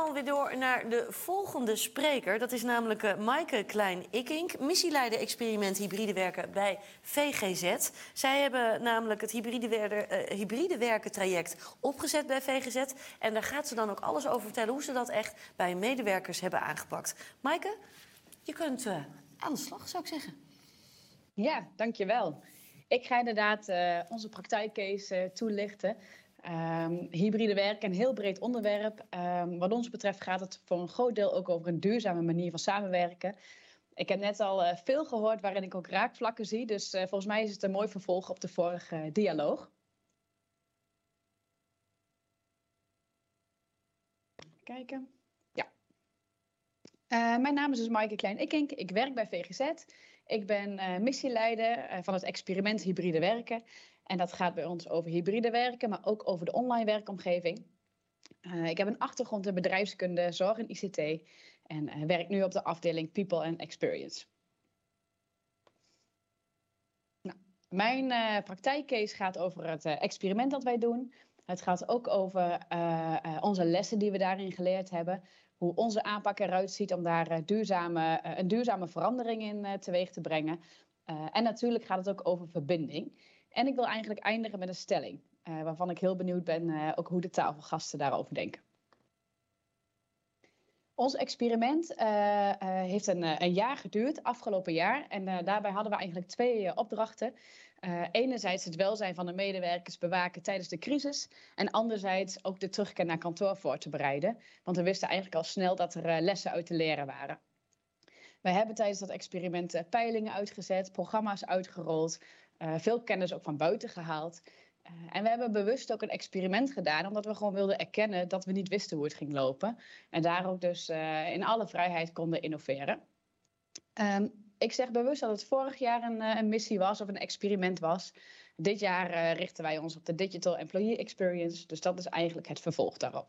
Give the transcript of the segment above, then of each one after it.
snel weer door naar de volgende spreker. Dat is namelijk Maaike Klein-Ikink, missieleider experiment hybride werken bij VGZ. Zij hebben namelijk het hybride werken traject opgezet bij VGZ. En daar gaat ze dan ook alles over vertellen hoe ze dat echt bij medewerkers hebben aangepakt. Maaike, je kunt aan de slag, zou ik zeggen. Ja, dankjewel. Ik ga inderdaad onze praktijkcase toelichten. Hybride werken, een heel breed onderwerp. Wat ons betreft gaat het voor een groot deel ook over een duurzame manier van samenwerken. Ik heb net al veel gehoord waarin ik ook raakvlakken zie. Dus volgens mij is het een mooi vervolg op de vorige dialoog. Even kijken. Ja. Mijn naam is dus Maaike Klein-Ikink. Ik werk bij VGZ. Ik ben missieleider van het experiment hybride werken. En dat gaat bij ons over hybride werken, maar ook over de online werkomgeving. Ik heb een achtergrond in bedrijfskunde, zorg en ICT. En werk nu op de afdeling People and Experience. Nou, mijn praktijkcase gaat over het experiment dat wij doen. Het gaat ook over onze lessen die we daarin geleerd hebben. Hoe onze aanpak eruit ziet om daar een duurzame verandering in teweeg te brengen. En natuurlijk gaat het ook over verbinding. En ik wil eigenlijk eindigen met een stelling. Waarvan ik heel benieuwd ben ook hoe de tafelgasten daarover denken. Ons experiment heeft een jaar geduurd, afgelopen jaar. En daarbij hadden we eigenlijk twee opdrachten. Enerzijds het welzijn van de medewerkers bewaken tijdens de crisis. En anderzijds ook de terugkeer naar kantoor voor te bereiden. Want we wisten eigenlijk al snel dat er lessen uit te leren waren. Wij hebben tijdens dat experiment peilingen uitgezet, programma's uitgerold. Veel kennis ook van buiten gehaald. En we hebben bewust ook een experiment gedaan, omdat we gewoon wilden erkennen dat we niet wisten hoe het ging lopen. En daar ook dus in alle vrijheid konden innoveren. Ik zeg bewust dat het vorig jaar een missie was of een experiment was. Dit jaar richten wij ons op de Digital Employee Experience, dus dat is eigenlijk het vervolg daarop.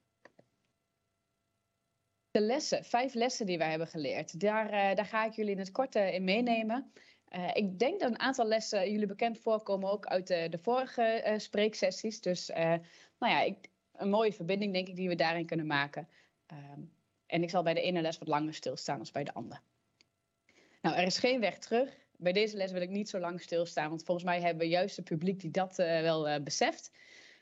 De lessen, 5 lessen die wij hebben geleerd, daar ga ik jullie in het kort in meenemen. Ik denk dat een aantal lessen jullie bekend voorkomen ook uit de vorige spreeksessies. Dus een mooie verbinding denk ik die we daarin kunnen maken. En ik zal bij de ene les wat langer stilstaan dan bij de andere. Nou, er is geen weg terug. Bij deze les wil ik niet zo lang stilstaan, want volgens mij hebben we juist het publiek die dat wel beseft.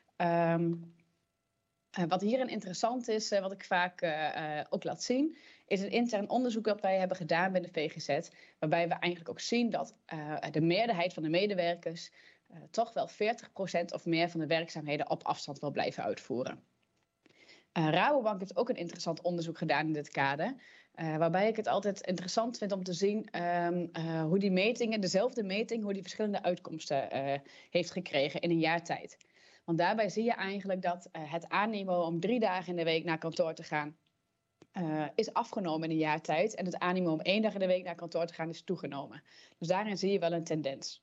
Wat hierin interessant is, wat ik vaak ook laat zien, is een intern onderzoek dat wij hebben gedaan bij de VGZ. Waarbij we eigenlijk ook zien dat de meerderheid van de medewerkers toch wel 40% of meer van de werkzaamheden op afstand wil blijven uitvoeren. Rabobank heeft ook een interessant onderzoek gedaan in dit kader. Waarbij ik het altijd interessant vind om te zien hoe die metingen, dezelfde meting, hoe die verschillende uitkomsten heeft gekregen in een jaar tijd. Want daarbij zie je eigenlijk dat het aannemen om 3 dagen in de week naar kantoor te gaan is afgenomen in een jaar tijd. En het aannemen om 1 dag in de week naar kantoor te gaan is toegenomen. Dus daarin zie je wel een tendens.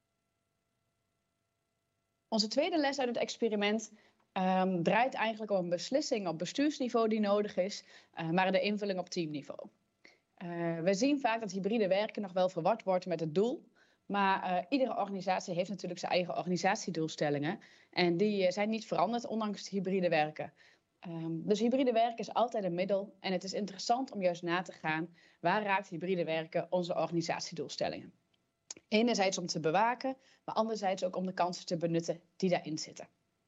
Onze tweede les uit het experiment draait eigenlijk om een beslissing op bestuursniveau die nodig is, maar de invulling op teamniveau. We zien vaak dat hybride werken nog wel verward wordt met het doel. Maar iedere organisatie heeft natuurlijk zijn eigen organisatiedoelstellingen. En die zijn niet veranderd ondanks het hybride werken. Dus hybride werken is altijd een middel. En het is interessant om juist na te gaan waar raakt hybride werken onze organisatiedoelstellingen. Enerzijds om te bewaken, maar anderzijds ook om de kansen te benutten die daarin zitten.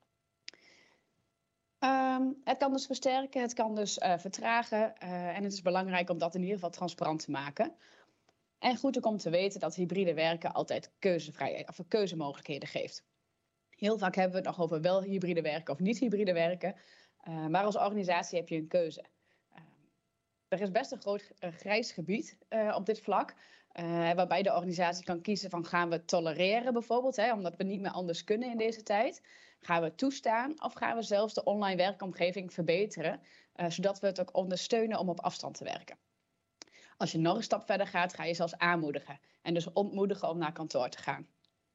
Het kan dus versterken, het kan dus vertragen. En het is belangrijk om dat in ieder geval transparant te maken. En goed ook om te weten dat hybride werken altijd keuzevrijheid of keuzemogelijkheden geeft. Heel vaak hebben we het nog over wel hybride werken of niet hybride werken. Maar als organisatie heb je een keuze. Er is best een groot grijs gebied op dit vlak. Waarbij de organisatie kan kiezen van gaan we tolereren bijvoorbeeld. Omdat we niet meer anders kunnen in deze tijd. Gaan we toestaan of gaan we zelfs de online werkomgeving verbeteren. Zodat we het ook ondersteunen om op afstand te werken. Als je nog een stap verder gaat, ga je zelfs aanmoedigen. En dus ontmoedigen om naar kantoor te gaan.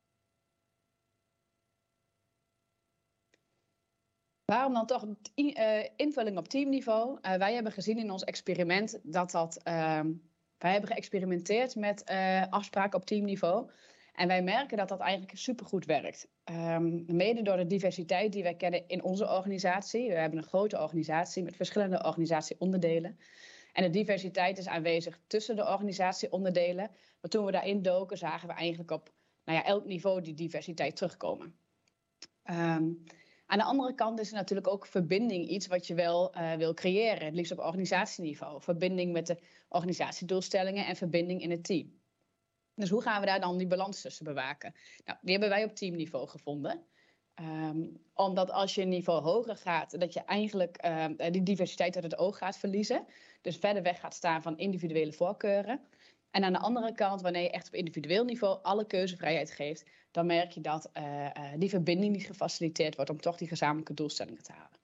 Waarom dan toch invulling op teamniveau? Wij hebben gezien in ons experiment dat wij hebben geëxperimenteerd met afspraken op teamniveau. En wij merken dat dat eigenlijk supergoed werkt. Mede door de diversiteit die wij kennen in onze organisatie. We hebben een grote organisatie met verschillende organisatieonderdelen. En de diversiteit is aanwezig tussen de organisatieonderdelen. Maar toen we daarin doken, zagen we eigenlijk op elk niveau die diversiteit terugkomen. Aan de andere kant is er natuurlijk ook verbinding iets wat je wel wil creëren. Het liefst op organisatieniveau. Verbinding met de organisatiedoelstellingen en verbinding in het team. Dus hoe gaan we daar dan die balans tussen bewaken? Nou, die hebben wij op teamniveau gevonden. Omdat als je een niveau hoger gaat, dat je eigenlijk die diversiteit uit het oog gaat verliezen. Dus verder weg gaat staan van individuele voorkeuren. En aan de andere kant, wanneer je echt op individueel niveau alle keuzevrijheid geeft, dan merk je dat die verbinding niet gefaciliteerd wordt om toch die gezamenlijke doelstellingen te halen.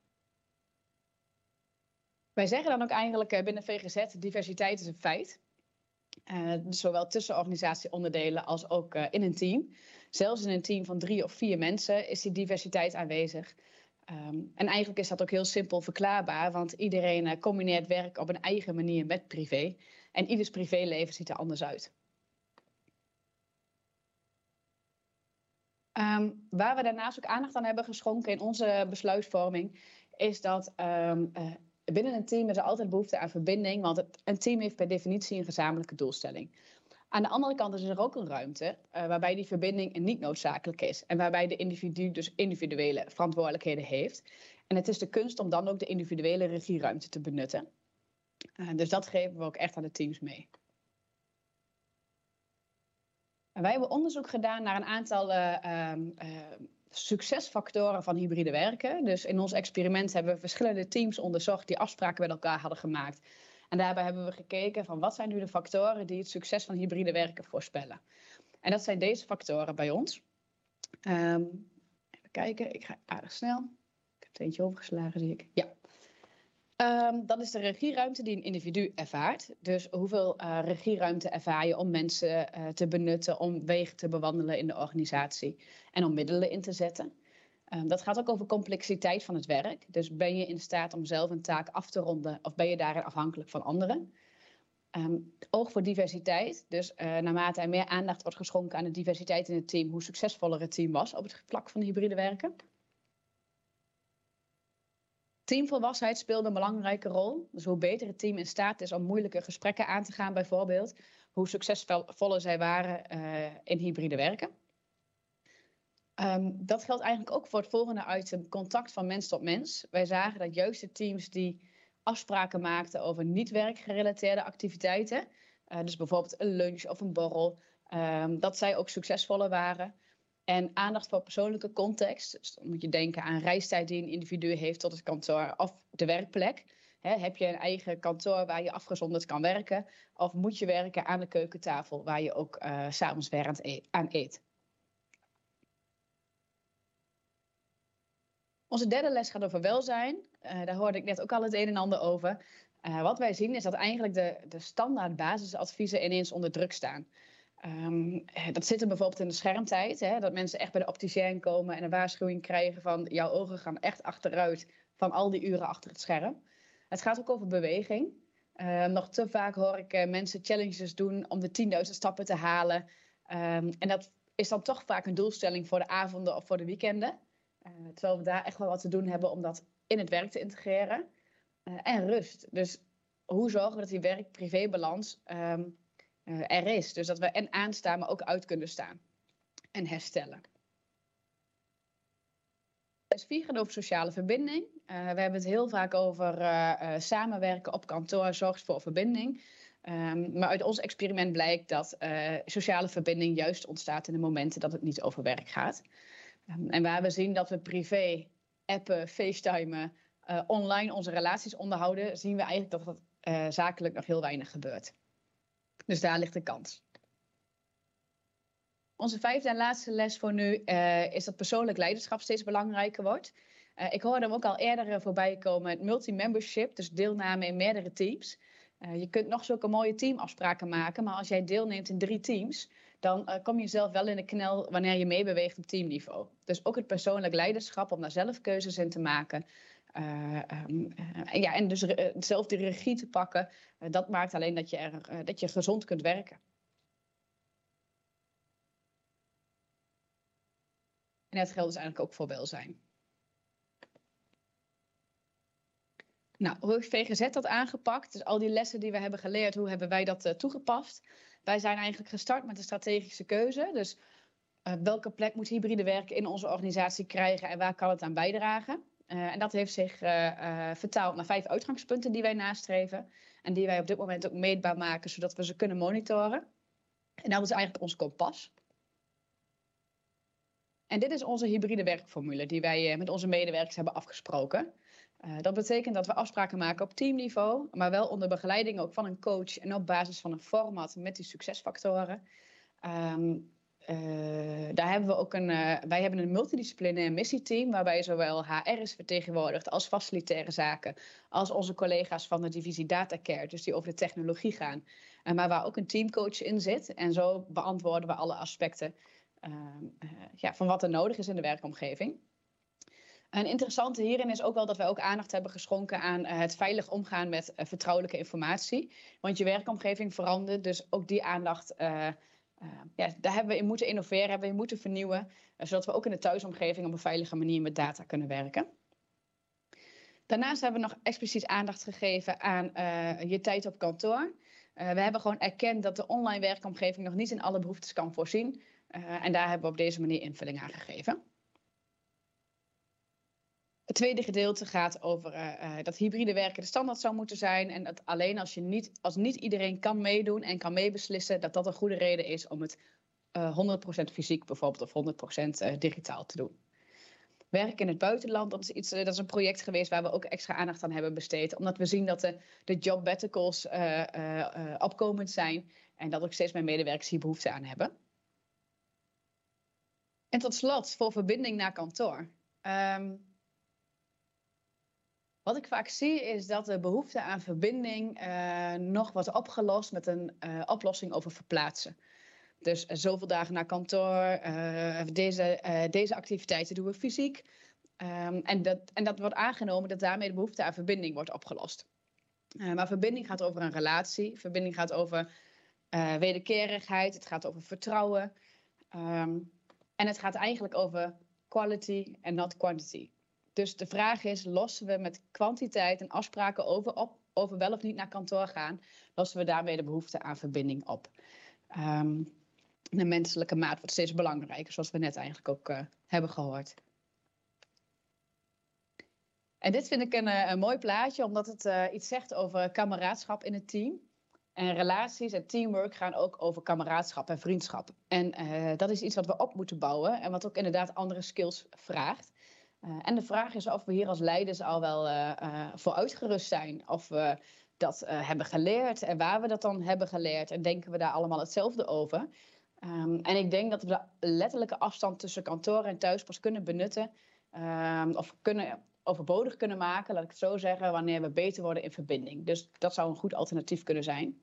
Wij zeggen dan ook eigenlijk binnen VGZ, diversiteit is een feit. Dus zowel tussen organisatieonderdelen als ook in een team. Zelfs in een team van 3 of 4 mensen is die diversiteit aanwezig. En eigenlijk is dat ook heel simpel verklaarbaar, want iedereen combineert werk op een eigen manier met privé. En ieders privéleven ziet er anders uit. Waar we daarnaast ook aandacht aan hebben geschonken in onze besluitvorming, is dat binnen een team is er altijd behoefte aan verbinding, want een team heeft per definitie een gezamenlijke doelstelling. Aan de andere kant is er ook een ruimte waarbij die verbinding niet noodzakelijk is. En waarbij de individu dus individuele verantwoordelijkheden heeft. En het is de kunst om dan ook de individuele regieruimte te benutten. Dus dat geven we ook echt aan de teams mee. En wij hebben onderzoek gedaan naar een aantal succesfactoren van hybride werken. Dus in ons experiment hebben we verschillende teams onderzocht die afspraken met elkaar hadden gemaakt. En daarbij hebben we gekeken van wat zijn nu de factoren die het succes van hybride werken voorspellen. En dat zijn deze factoren bij ons. Even kijken, ik ga aardig snel. Ik heb het eentje overgeslagen, zie ik. Ja. Dat is de regieruimte die een individu ervaart. Dus hoeveel regieruimte ervaar je om mensen te benutten, om wegen te bewandelen in de organisatie en om middelen in te zetten. Dat gaat ook over complexiteit van het werk. Dus ben je in staat om zelf een taak af te ronden of ben je daarin afhankelijk van anderen? Oog voor diversiteit. Dus naarmate er meer aandacht wordt geschonken aan de diversiteit in het team, hoe succesvoller het team was op het vlak van hybride werken. Teamvolwassenheid speelde een belangrijke rol. Dus hoe beter het team in staat is om moeilijke gesprekken aan te gaan bijvoorbeeld, hoe succesvoller zij waren in hybride werken. Dat geldt eigenlijk ook voor het volgende item, contact van mens tot mens. Wij zagen dat juist de teams die afspraken maakten over niet-werkgerelateerde activiteiten, dus bijvoorbeeld een lunch of een borrel, dat zij ook succesvoller waren. En aandacht voor persoonlijke context. Dus dan moet je denken aan reistijd die een individu heeft tot het kantoor of de werkplek. Heb je een eigen kantoor waar je afgezonderd kan werken? Of moet je werken aan de keukentafel waar je ook 's avonds aan eet? Onze derde les gaat over welzijn. Daar hoorde ik net ook al het een en ander over. Wat wij zien is dat eigenlijk de standaard basisadviezen ineens onder druk staan. Dat zit er bijvoorbeeld in de schermtijd. Dat mensen echt bij de opticien komen en een waarschuwing krijgen van jouw ogen gaan echt achteruit van al die uren achter het scherm. Het gaat ook over beweging. Nog te vaak hoor ik mensen challenges doen om de 10.000 stappen te halen. En dat is dan toch vaak een doelstelling voor de avonden of voor de weekenden. Terwijl we daar echt wel wat te doen hebben om dat in het werk te integreren. En rust. Dus hoe zorgen we dat die werk-privé-balans er is? Dus dat we en aanstaan, maar ook uit kunnen staan. En herstellen. Les 4 gaat over sociale verbinding. We hebben het heel vaak over samenwerken op kantoor zorgt voor verbinding. Maar uit ons experiment blijkt dat sociale verbinding juist ontstaat in de momenten dat het niet over werk gaat. En waar we zien dat we privé appen, facetimen, online onze relaties onderhouden, zien we eigenlijk dat dat zakelijk nog heel weinig gebeurt. Dus daar ligt de kans. Onze 5e en laatste les voor nu is dat persoonlijk leiderschap steeds belangrijker wordt. Ik hoorde hem ook al eerder voorbij komen, het multi-membership, dus deelname in meerdere teams. Je kunt nog zulke mooie teamafspraken maken, maar als jij deelneemt in 3 teams, dan kom je zelf wel in de knel wanneer je meebeweegt op teamniveau. Dus ook het persoonlijk leiderschap om daar zelf keuzes in te maken. En dus zelf de regie te pakken, dat maakt alleen dat je gezond kunt werken. En dat geldt dus eigenlijk ook voor welzijn. Nou, hoe heeft VGZ dat aangepakt? Dus al die lessen die we hebben geleerd, hoe hebben wij dat toegepast? Wij zijn eigenlijk gestart met een strategische keuze. Dus welke plek moet hybride werken in onze organisatie krijgen en waar kan het aan bijdragen? En dat heeft zich vertaald naar 5 uitgangspunten die wij nastreven. En die wij op dit moment ook meetbaar maken, zodat we ze kunnen monitoren. En dat is eigenlijk ons kompas. En dit is onze hybride werkformule die wij met onze medewerkers hebben afgesproken. Dat betekent dat we afspraken maken op teamniveau, maar wel onder begeleiding ook van een coach en op basis van een format met die succesfactoren. Daar hebben we ook wij hebben een multidisciplinair missieteam waarbij zowel HR is vertegenwoordigd als facilitaire zaken, als onze collega's van de divisie Datacare, dus die over de technologie gaan. Maar waar ook een teamcoach in zit. En zo beantwoorden we alle aspecten van wat er nodig is in de werkomgeving. Een interessante hierin is ook wel dat wij ook aandacht hebben geschonken aan het veilig omgaan met vertrouwelijke informatie. Want je werkomgeving verandert, dus ook die aandacht, daar hebben we in moeten innoveren, hebben we in moeten vernieuwen. Zodat we ook in de thuisomgeving op een veilige manier met data kunnen werken. Daarnaast hebben we nog expliciet aandacht gegeven aan je tijd op kantoor. We hebben gewoon erkend dat de online werkomgeving nog niet in alle behoeftes kan voorzien. En daar hebben we op deze manier invulling aan gegeven. Het tweede gedeelte gaat over dat hybride werken de standaard zou moeten zijn. En dat alleen als niet iedereen kan meedoen en kan meebeslissen, dat een goede reden is om het 100% fysiek bijvoorbeeld of 100% digitaal te doen. Werk in het buitenland, dat is een project geweest waar we ook extra aandacht aan hebben besteed. Omdat we zien dat de jobbaticals opkomend zijn en dat ook steeds meer medewerkers hier behoefte aan hebben. En tot slot, voor verbinding naar kantoor. Wat ik vaak zie is dat de behoefte aan verbinding nog wordt opgelost met een oplossing over verplaatsen. Dus zoveel dagen naar kantoor, deze activiteiten doen we fysiek. En dat wordt aangenomen dat daarmee de behoefte aan verbinding wordt opgelost. Maar verbinding gaat over een relatie, verbinding gaat over wederkerigheid, het gaat over vertrouwen. En het gaat eigenlijk over quality en not quantity. Dus de vraag is, lossen we met kwantiteit en afspraken over wel of niet naar kantoor gaan, lossen we daarmee de behoefte aan verbinding op. De menselijke maat wordt steeds belangrijker, zoals we net eigenlijk ook hebben gehoord. En dit vind ik een mooi plaatje, omdat het iets zegt over kameraadschap in het team. En relaties en teamwork gaan ook over kameraadschap en vriendschap. En dat is iets wat we op moeten bouwen en wat ook inderdaad andere skills vraagt. En de vraag is of we hier als leiders al wel voor uitgerust zijn. Of we dat hebben geleerd en waar we dat dan hebben geleerd. En denken we daar allemaal hetzelfde over. En ik denk dat we de letterlijke afstand tussen kantoor en thuis pas kunnen benutten. Of overbodig kunnen maken, laat ik het zo zeggen, wanneer we beter worden in verbinding. Dus dat zou een goed alternatief kunnen zijn.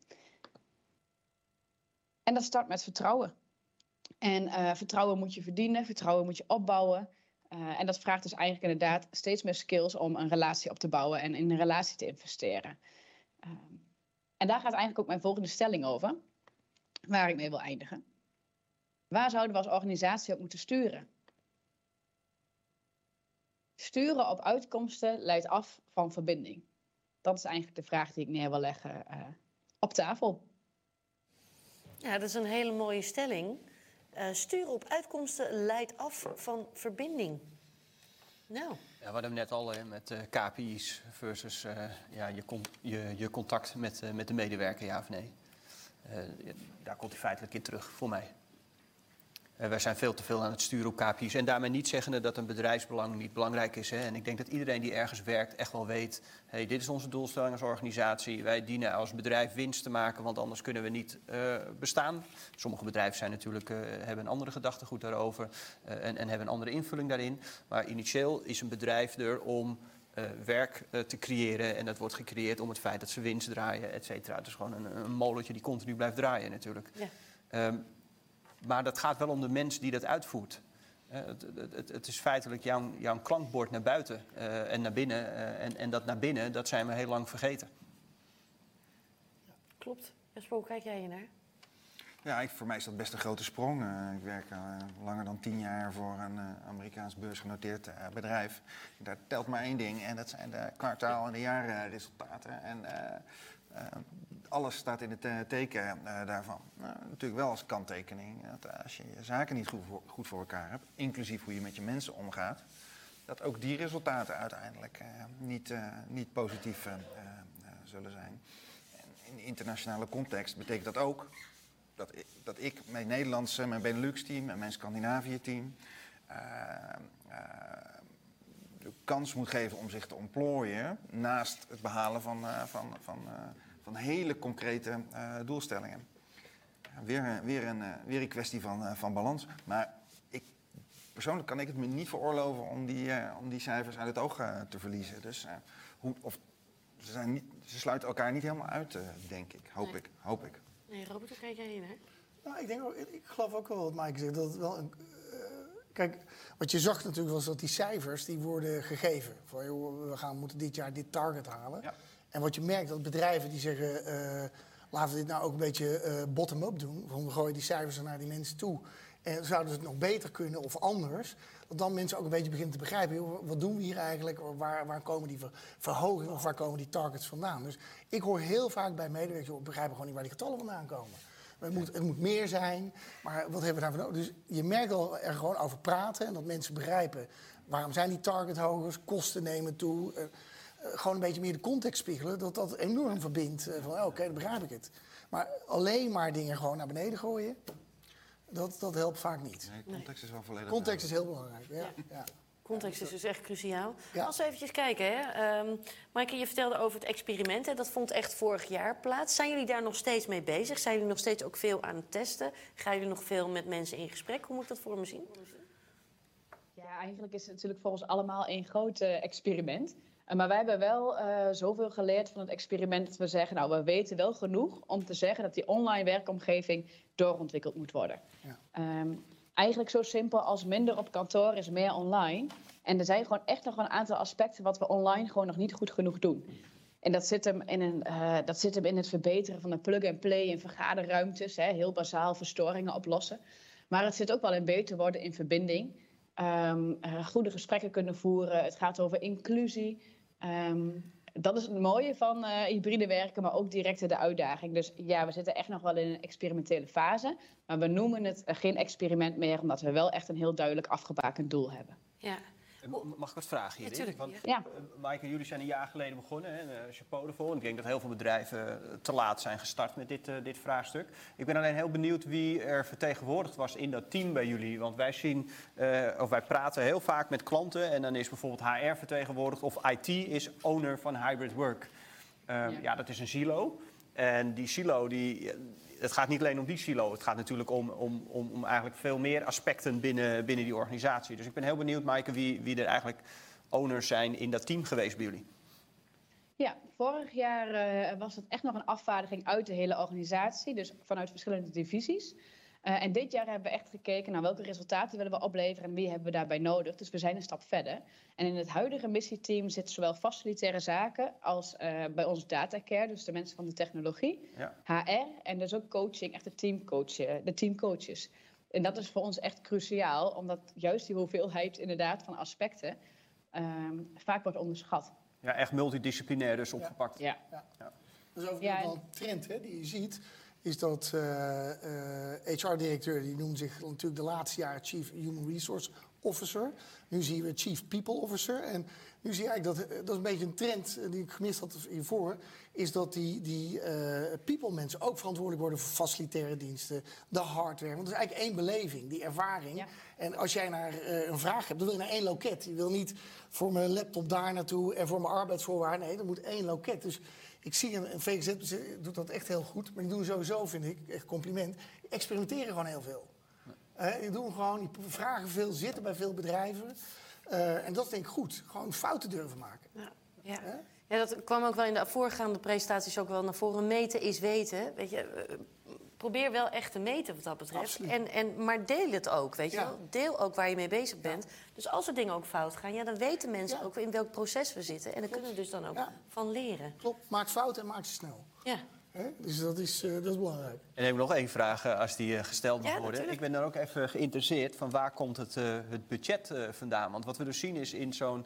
En dat start met vertrouwen. En vertrouwen moet je verdienen, vertrouwen moet je opbouwen. En dat vraagt dus eigenlijk inderdaad steeds meer skills om een relatie op te bouwen en in een relatie te investeren. En daar gaat eigenlijk ook mijn volgende stelling over, waar ik mee wil eindigen. Waar zouden we als organisatie op moeten sturen? Sturen op uitkomsten leidt af van verbinding. Dat is eigenlijk de vraag die ik neer wil leggen op tafel. Ja, dat is een hele mooie stelling. Sturen op uitkomsten leidt af van verbinding. Nou. Ja, we hadden net al met KPI's versus je contact met de medewerker, ja of nee. Daar komt hij feitelijk in terug, voor mij. Wij zijn veel te veel aan het sturen op KPI's. En daarmee niet zeggende dat een bedrijfsbelang niet belangrijk is. Hè. En ik denk dat iedereen die ergens werkt echt wel weet, hey, dit is onze doelstelling als organisatie. Wij dienen als bedrijf winst te maken, want anders kunnen we niet bestaan. Sommige bedrijven zijn natuurlijk, hebben een andere gedachtegoed daarover en hebben een andere invulling daarin. Maar initieel is een bedrijf er om werk te creëren. En dat wordt gecreëerd om het feit dat ze winst draaien, et cetera. Het is gewoon een molentje die continu blijft draaien natuurlijk. Ja. Maar dat gaat wel om de mens die dat uitvoert. Het is feitelijk jouw klankbord naar buiten en naar binnen. En dat naar binnen, dat zijn we heel lang vergeten. Klopt. Jesper, hoe kijk jij hier naar? Ja, voor mij is dat best een grote sprong. Ik werk langer dan 10 jaar voor een Amerikaans beursgenoteerd bedrijf. Daar telt maar één ding en dat zijn de kwartaal- en de jaarresultaten. En alles staat in het teken daarvan. Natuurlijk wel als kanttekening dat als je je zaken niet goed voor elkaar hebt, inclusief hoe je met je mensen omgaat, dat ook die resultaten uiteindelijk niet positief zullen zijn. En in internationale context betekent dat ook dat ik mijn Nederlandse, mijn Benelux-team en mijn Scandinavië-team de kans moet geven om zich te ontplooien naast het behalen van hele concrete doelstellingen. Weer een kwestie van balans. Maar persoonlijk kan ik het me niet veroorloven om die cijfers uit het oog te verliezen. Dus ze sluiten elkaar niet helemaal uit, denk ik. Hoop ik. Nee, Robert, hoe kijk jij heen, hè? Nou, ik geloof ook wel wat Maaike zegt. Dat het wel kijk, wat je zag natuurlijk was dat die cijfers die worden gegeven. Van, joh, we moeten dit jaar dit target halen. Ja. En wat je merkt, dat bedrijven die zeggen, laten we dit nou ook een beetje bottom-up doen. Van, we gooien die cijfers naar die mensen toe. En zouden ze het nog beter kunnen of anders? Dat dan mensen ook een beetje beginnen te begrijpen, joh, wat doen we hier eigenlijk? Waar komen die verhogingen of waar komen die targets vandaan? Dus ik hoor heel vaak bij medewerkers, joh, begrijpen gewoon niet waar die getallen vandaan komen. Het moet meer zijn, maar wat hebben we daarvoor nodig? Dus je merkt al er gewoon over praten en dat mensen begrijpen waarom zijn die target hogers, kosten nemen toe. Gewoon een beetje meer de context spiegelen, dat enorm verbindt. Van oké, dan begrijp ik het. Maar alleen maar dingen gewoon naar beneden gooien, dat helpt vaak niet. Nee, context is wel volledig. Context is heel belangrijk, ja. Context is dus echt cruciaal. Ja. Als we eventjes kijken, hè. Maaike, je vertelde over het experiment. Hè. Dat vond echt vorig jaar plaats. Zijn jullie daar nog steeds mee bezig? Zijn jullie nog steeds ook veel aan het testen? Gaan jullie nog veel met mensen in gesprek? Hoe moet ik dat voor me zien? Ja, eigenlijk is het natuurlijk voor ons allemaal één groot experiment. Maar wij hebben wel zoveel geleerd van het experiment dat we zeggen, nou, we weten wel genoeg om te zeggen dat die online werkomgeving doorontwikkeld moet worden. Ja. Eigenlijk zo simpel als minder op kantoor is meer online. En er zijn gewoon echt nog een aantal aspecten wat we online gewoon nog niet goed genoeg doen. En dat zit hem in het verbeteren van de plug-and-play in vergaderruimtes. Hè, heel bazaal verstoringen oplossen. Maar het zit ook wel in beter worden in verbinding. Goede gesprekken kunnen voeren. Het gaat over inclusie. Dat is het mooie van hybride werken, maar ook direct de uitdaging. Dus ja, we zitten echt nog wel in een experimentele fase. Maar we noemen het geen experiment meer, omdat we wel echt een heel duidelijk afgebakend doel hebben. Ja. Mag ik wat vragen hierin? Natuurlijk. Want, ja. Maaike, jullie zijn een jaar geleden begonnen, hè, chapeau ervoor. Ik denk dat heel veel bedrijven te laat zijn gestart met dit vraagstuk. Ik ben alleen heel benieuwd wie er vertegenwoordigd was in dat team bij jullie. Want wij praten heel vaak met klanten en dan is bijvoorbeeld HR vertegenwoordigd of IT is owner van hybrid work. Ja, dat is een silo. En die silo, het gaat niet alleen om die silo. Het gaat natuurlijk om eigenlijk veel meer aspecten binnen die organisatie. Dus ik ben heel benieuwd, Maaike, wie er eigenlijk owners zijn in dat team geweest bij jullie. Ja, vorig jaar was het echt nog een afvaardiging uit de hele organisatie. Dus vanuit verschillende divisies. En dit jaar hebben we echt gekeken naar welke resultaten willen we opleveren en wie hebben we daarbij nodig. Dus we zijn een stap verder. En in het huidige missieteam zitten zowel facilitaire zaken als bij ons datacare, dus de mensen van de technologie, HR en dus ook coaching, echt de teamcoaches. En dat is voor ons echt cruciaal, omdat juist die hoeveelheid inderdaad van aspecten vaak wordt onderschat. Ja, echt multidisciplinair dus opgepakt. Ja. Dat is overigens wel een trend, hè, die je ziet. Is dat HR-directeur, die noemt zich natuurlijk de laatste jaren Chief Human Resource Officer. Nu zien we Chief People Officer. En nu zie je eigenlijk dat is een beetje een trend die ik gemist had hiervoor. Is dat die people mensen ook verantwoordelijk worden voor facilitaire diensten, de hardware. Want dat is eigenlijk één beleving, die ervaring. Ja. En als jij een vraag hebt, dan wil je naar één loket. Je wil niet voor mijn laptop daar naartoe en voor mijn arbeidsvoorwaarden. Nee, er moet één loket. Dus ik zie een VGZ doet dat echt heel goed. Maar die doen sowieso, vind ik, echt compliment. Die experimenteren gewoon heel veel. Die doen gewoon, die vragen veel, zitten bij veel bedrijven. En dat denk ik goed. Gewoon fouten durven maken. Ja. Ja, dat kwam ook wel in de voorgaande presentaties ook wel naar voren. Meten is weten. Weet je, probeer wel echt te meten wat dat betreft. Maar deel het ook, weet je wel. Deel ook waar je mee bezig bent. Ja. Dus als er dingen ook fout gaan, dan weten mensen ook in welk proces we zitten. En daar kunnen we dus dan ook van leren. Klopt, maak fouten en maak ze snel. Ja. Hè? Dus dat is belangrijk. En dan heb ik nog één vraag, als die gesteld mag Ja, worden. natuurlijk. Ik ben dan ook even geïnteresseerd van waar komt het budget vandaan? Want wat we dus zien is in zo'n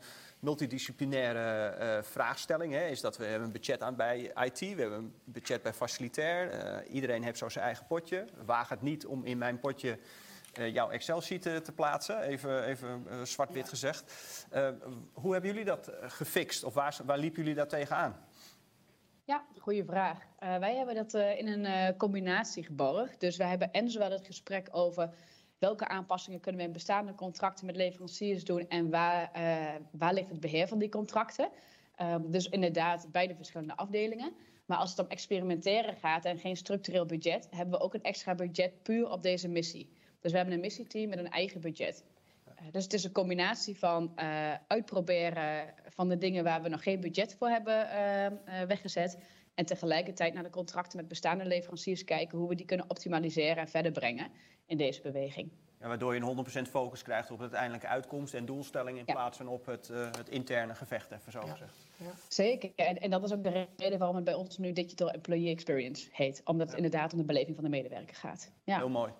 multidisciplinaire vraagstelling... is dat we hebben een budget aan bij IT, we hebben een budget bij facilitair. Iedereen heeft zo zijn eigen potje. Waag het niet om in mijn potje jouw Excel-sheet te plaatsen, even zwart-wit gezegd. Hoe hebben jullie dat gefixt of waar liepen jullie daar tegenaan? Ja, goede vraag. Wij hebben dat in een combinatie geborgd. Dus wij hebben en zowel het gesprek over welke aanpassingen kunnen we in bestaande contracten met leveranciers doen en waar ligt het beheer van die contracten. Dus inderdaad bij de verschillende afdelingen. Maar als het om experimenteren gaat en geen structureel budget, hebben we ook een extra budget puur op deze missie. Dus we hebben een missieteam met een eigen budget. Dus het is een combinatie van uitproberen van de dingen waar we nog geen budget voor hebben weggezet. En tegelijkertijd naar de contracten met bestaande leveranciers kijken hoe we die kunnen optimaliseren en verder brengen in deze beweging. Ja, waardoor je een 100% focus krijgt op de uiteindelijke uitkomst en doelstelling in plaats van op het interne gevecht, even zo gezegd. Ja. Zeker. En dat is ook de reden waarom het bij ons nu Digital Employee Experience heet. Omdat het inderdaad om de beleving van de medewerker gaat. Ja. Heel mooi.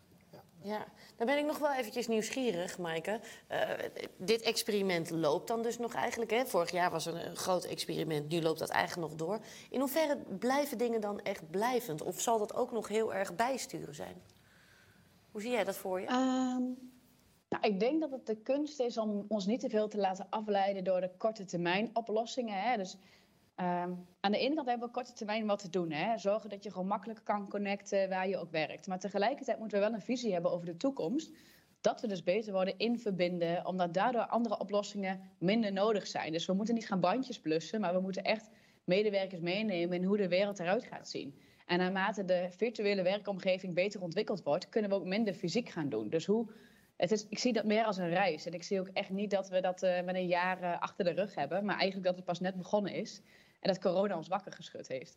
Ja, dan ben ik nog wel eventjes nieuwsgierig, Maaike. Dit experiment loopt dan dus nog eigenlijk. Hè? Vorig jaar was er een groot experiment, nu loopt dat eigenlijk nog door. In hoeverre blijven dingen dan echt blijvend? Of zal dat ook nog heel erg bijsturen zijn? Hoe zie jij dat voor je? Nou, ik denk dat het de kunst is om ons niet te veel te laten afleiden door de korte termijn oplossingen. Hè? Dus aan de ene kant hebben we op korte termijn wat te doen. Hè? Zorgen dat je gewoon makkelijk kan connecten waar je ook werkt. Maar tegelijkertijd moeten we wel een visie hebben over de toekomst. Dat we dus beter worden in verbinden, omdat daardoor andere oplossingen minder nodig zijn. Dus we moeten niet gaan bandjes blussen, maar we moeten echt medewerkers meenemen in hoe de wereld eruit gaat zien. En naarmate de virtuele werkomgeving beter ontwikkeld wordt, kunnen we ook minder fysiek gaan doen. Dus ik zie dat meer als een reis. En ik zie ook echt niet dat we dat met een jaar achter de rug hebben, maar eigenlijk dat het pas net begonnen is. En dat corona ons wakker geschud heeft.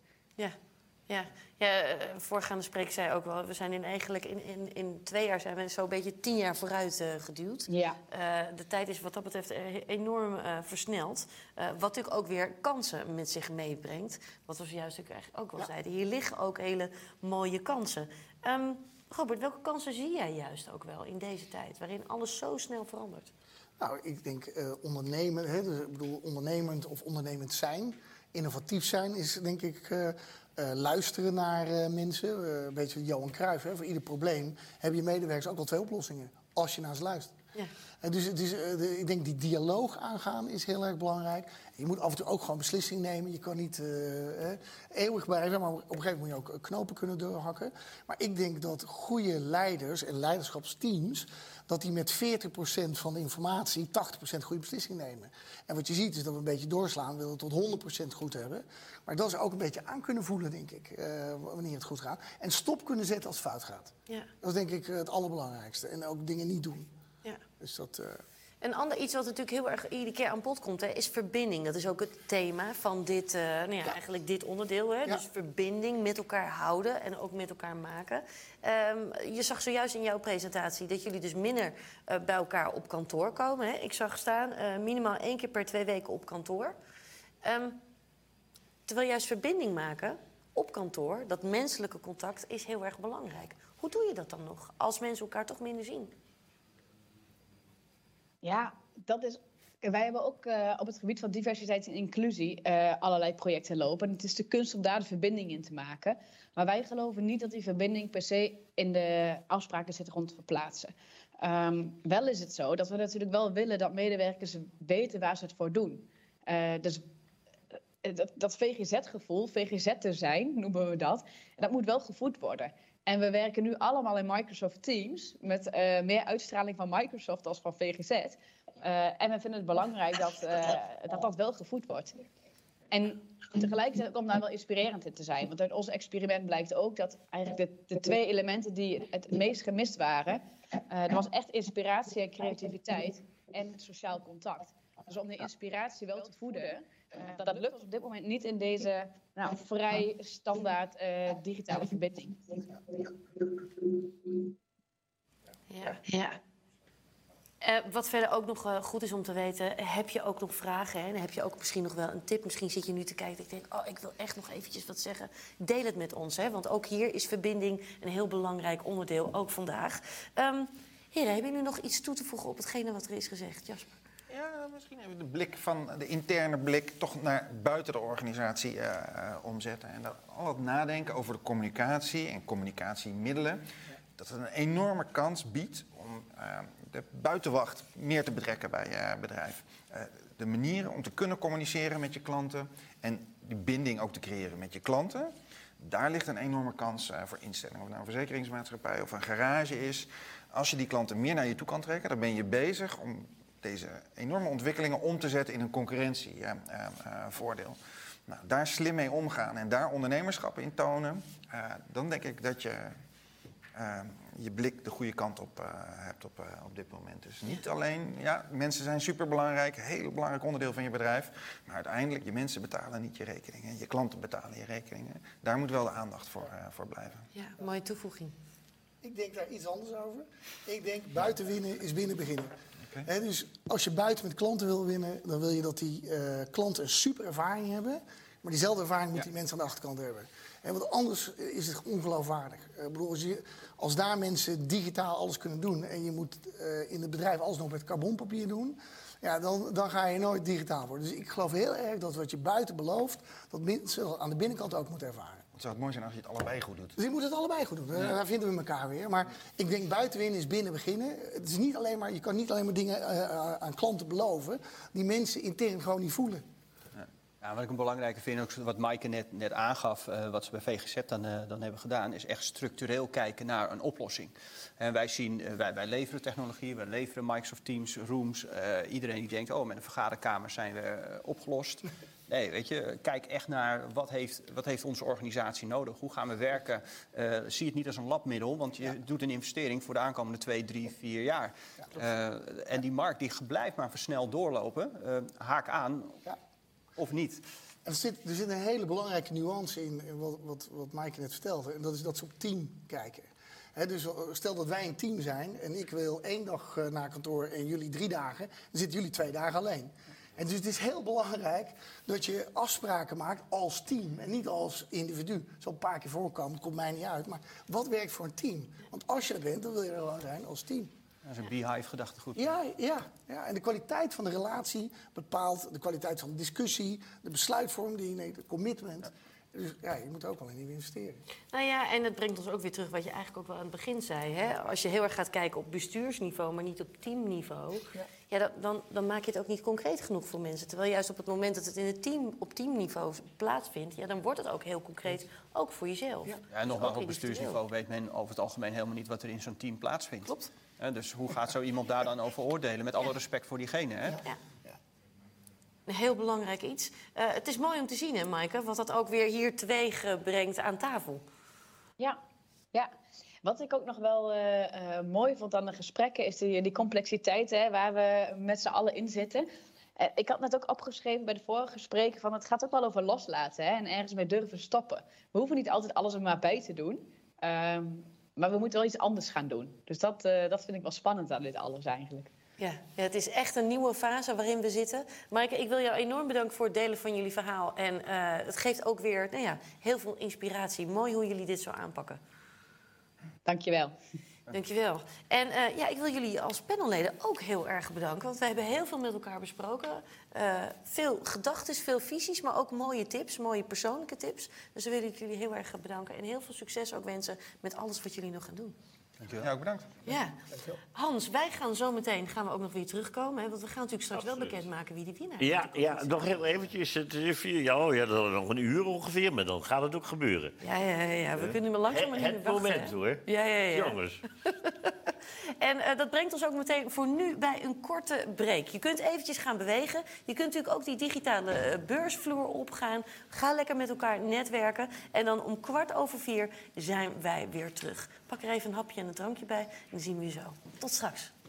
Ja, voorgaande spreker zei ook wel, we zijn eigenlijk in 2 jaar zijn we zo'n beetje 10 jaar vooruit geduwd. Ja. De tijd is wat dat betreft enorm versneld. Wat natuurlijk ook weer kansen met zich meebrengt. Wat we zojuist eigenlijk ook al zeiden. Hier liggen ook hele mooie kansen. Robert, welke kansen zie jij juist ook wel in deze tijd, waarin alles zo snel verandert? Nou, ik denk ondernemen, hè, dus ik bedoel ondernemend of ondernemend zijn, innovatief zijn, is denk ik luisteren naar mensen. Een beetje Johan Cruijff, hè, voor ieder probleem hebben je medewerkers ook al 2 oplossingen, als je naar ze luistert. Ja. Dus het is, ik denk die dialoog aangaan is heel erg belangrijk. Je moet af en toe ook gewoon beslissing nemen. Je kan niet eeuwig blijven, maar op een gegeven moment moet je ook knopen kunnen doorhakken. Maar ik denk dat goede leiders en leiderschapsteams, dat die met 40% van de informatie 80% goede beslissing nemen. En wat je ziet is dat we een beetje doorslaan, willen tot 100% goed hebben. Maar dat ze ook een beetje aan kunnen voelen, denk ik, wanneer het goed gaat. En stop kunnen zetten als het fout gaat. Ja. Dat is denk ik het allerbelangrijkste. En ook dingen niet doen. Ja. Dus dat... Een ander iets wat natuurlijk heel erg iedere keer aan bod komt, hè, is verbinding. Dat is ook het thema van dit, eigenlijk dit onderdeel. Hè? Ja. Dus verbinding, met elkaar houden en ook met elkaar maken. Je zag zojuist in jouw presentatie dat jullie dus minder bij elkaar op kantoor komen. Hè? Ik zag staan minimaal 1 keer per 2 weken op kantoor. Terwijl juist verbinding maken op kantoor, dat menselijke contact, is heel erg belangrijk. Hoe doe je dat dan nog, als mensen elkaar toch minder zien? Ja, dat is. Wij hebben ook op het gebied van diversiteit en inclusie allerlei projecten lopen. En het is de kunst om daar de verbinding in te maken. Maar wij geloven niet dat die verbinding per se in de afspraken zit rond verplaatsen. Wel is het zo dat we natuurlijk wel willen dat medewerkers weten waar ze het voor doen. Dus dat VGZ-gevoel, VGZ te zijn, noemen we dat moet wel gevoed worden. En we werken nu allemaal in Microsoft Teams met meer uitstraling van Microsoft als van VGZ. En we vinden het belangrijk dat wel gevoed wordt. En tegelijkertijd om daar wel inspirerend in te zijn. Want uit ons experiment blijkt ook dat eigenlijk de 2 elementen die het meest gemist waren, er was echt inspiratie en creativiteit en sociaal contact. Dus om de inspiratie wel te voeden, dat lukt ons op dit moment niet in deze vrij standaard digitale verbinding. Ja. Wat verder ook nog goed is om te weten, heb je ook nog vragen? Hè? En heb je ook misschien nog wel een tip? Misschien zit je nu te kijken en ik denk, ik wil echt nog eventjes wat zeggen. Deel het met ons, hè? Want ook hier is verbinding een heel belangrijk onderdeel, ook vandaag. Heren, hebben jullie nog iets toe te voegen op hetgene wat er is gezegd? Jasper? Ja, misschien even de interne blik toch naar buiten de organisatie omzetten. En al het nadenken over de communicatie en communicatiemiddelen. Dat het een enorme kans biedt om de buitenwacht meer te betrekken bij je bedrijf. De manieren om te kunnen communiceren met je klanten en die binding ook te creëren met je klanten. Daar ligt een enorme kans voor instellingen. Of het nou een verzekeringsmaatschappij of een garage is. Als je die klanten meer naar je toe kan trekken, dan ben je bezig om deze enorme ontwikkelingen om te zetten in een concurrentievoordeel. Nou, daar slim mee omgaan en daar ondernemerschap in tonen, dan denk ik dat je je blik de goede kant op hebt op dit moment. Dus niet alleen, mensen zijn superbelangrijk, een heel belangrijk onderdeel van je bedrijf, maar uiteindelijk, je mensen betalen niet je rekeningen, je klanten betalen je rekeningen. Daar moet wel de aandacht voor blijven. Ja, mooie toevoeging. Ik denk daar iets anders over. Ik denk, buiten winnen is binnen beginnen. Dus als je buiten met klanten wil winnen, dan wil je dat die klanten een super ervaring hebben. Maar diezelfde ervaring moeten die mensen aan de achterkant hebben. Want anders is het ongeloofwaardig. Ik bedoel, als daar mensen digitaal alles kunnen doen en je moet in het bedrijf alles nog met carbonpapier doen, dan ga je nooit digitaal worden. Dus ik geloof heel erg dat wat je buiten belooft, dat mensen aan de binnenkant ook moeten ervaren. Het zou het mooi zijn als je het allebei goed doet. Dus je moet het allebei goed doen. Daar vinden we elkaar weer. Maar ik denk buiten winnen is binnen beginnen. Het is niet alleen maar, je kan niet alleen maar dingen aan klanten beloven die mensen intern gewoon niet voelen. Ja, wat ik een belangrijke vind, ook wat Maaike net aangaf, wat ze bij VGZ dan hebben gedaan, is echt structureel kijken naar een oplossing. En wij leveren technologie, wij leveren Microsoft Teams, Rooms. Iedereen die denkt, met een vergaderkamer zijn we opgelost. Nee, weet je, kijk echt naar wat heeft onze organisatie nodig? Hoe gaan we werken? Zie het niet als een labmiddel, want je doet een investering voor de aankomende 2, 3, 4 jaar. En die markt die blijft maar versneld doorlopen. Haak aan. Ja. Of niet? Er zit een hele belangrijke nuance in wat Maaike net vertelde. En dat is dat ze op team kijken. Dus stel dat wij een team zijn en ik wil 1 dag naar kantoor en jullie 3 dagen. Dan zitten jullie 2 dagen alleen. En dus het is heel belangrijk dat je afspraken maakt als team en niet als individu. Het zal een paar keer voorkomen, het komt mij niet uit. Maar wat werkt voor een team? Want als je er bent, dan wil je er gewoon zijn als team. Dat is een beehive-gedachtegoed. Ja. En de kwaliteit van de relatie bepaalt de kwaliteit van de discussie, de besluitvorming, de commitment. Dus je moet ook wel in investeren. Nou ja, en het brengt ons ook weer terug wat je eigenlijk ook wel aan het begin zei. Hè? Als je heel erg gaat kijken op bestuursniveau, maar niet op teamniveau, dan maak je het ook niet concreet genoeg voor mensen. Terwijl juist op het moment dat het in het team, op teamniveau plaatsvindt, dan wordt het ook heel concreet, ook voor jezelf. Ja, en nogmaals, op bestuursniveau weet men over het algemeen helemaal niet wat er in zo'n team plaatsvindt. Klopt. Dus hoe gaat zo iemand daar dan over oordelen? Met alle respect voor diegene, hè? Ja. Een heel belangrijk iets. Het is mooi om te zien, hè, Maaike, wat dat ook weer hier teweeg brengt aan tafel. Ja. Wat ik ook nog wel mooi vond aan de gesprekken is die complexiteit, hè, waar we met z'n allen in zitten. Ik had net ook opgeschreven bij de vorige gesprekken van het gaat ook wel over loslaten, hè, en ergens mee durven stoppen. We hoeven niet altijd alles er maar bij te doen, maar we moeten wel iets anders gaan doen. Dus dat vind ik wel spannend aan dit alles eigenlijk. Ja, het is echt een nieuwe fase waarin we zitten. Maaike, ik wil jou enorm bedanken voor het delen van jullie verhaal. En het geeft ook weer heel veel inspiratie. Mooi hoe jullie dit zo aanpakken. Dankjewel. Dankjewel. En ik wil jullie als panelleden ook heel erg bedanken. Want we hebben heel veel met elkaar besproken. Veel gedachten, veel visies, maar ook mooie tips. Mooie persoonlijke tips. Dus dan wil ik jullie heel erg bedanken. En heel veel succes ook wensen met alles wat jullie nog gaan doen. Dankjewel. Ja, ook bedankt. Ja. Hans, wij gaan zo meteen ook nog weer terugkomen. Hè? Want we gaan natuurlijk straks wel bekendmaken wie de winnaar is. Ja, nog heel eventjes. Het is 4 jaar, dat is nog een uur ongeveer, maar dan gaat het ook gebeuren. Ja. We kunnen maar langzaam maar niet meer wachten. Het moment, hoor. Ja. Jongens. En dat brengt ons ook meteen voor nu bij een korte break. Je kunt eventjes gaan bewegen. Je kunt natuurlijk ook die digitale beursvloer opgaan. Ga lekker met elkaar netwerken. En dan om 4:15 zijn wij weer terug. Pak er even een hapje en een drankje bij en dan zien we je zo. Tot straks.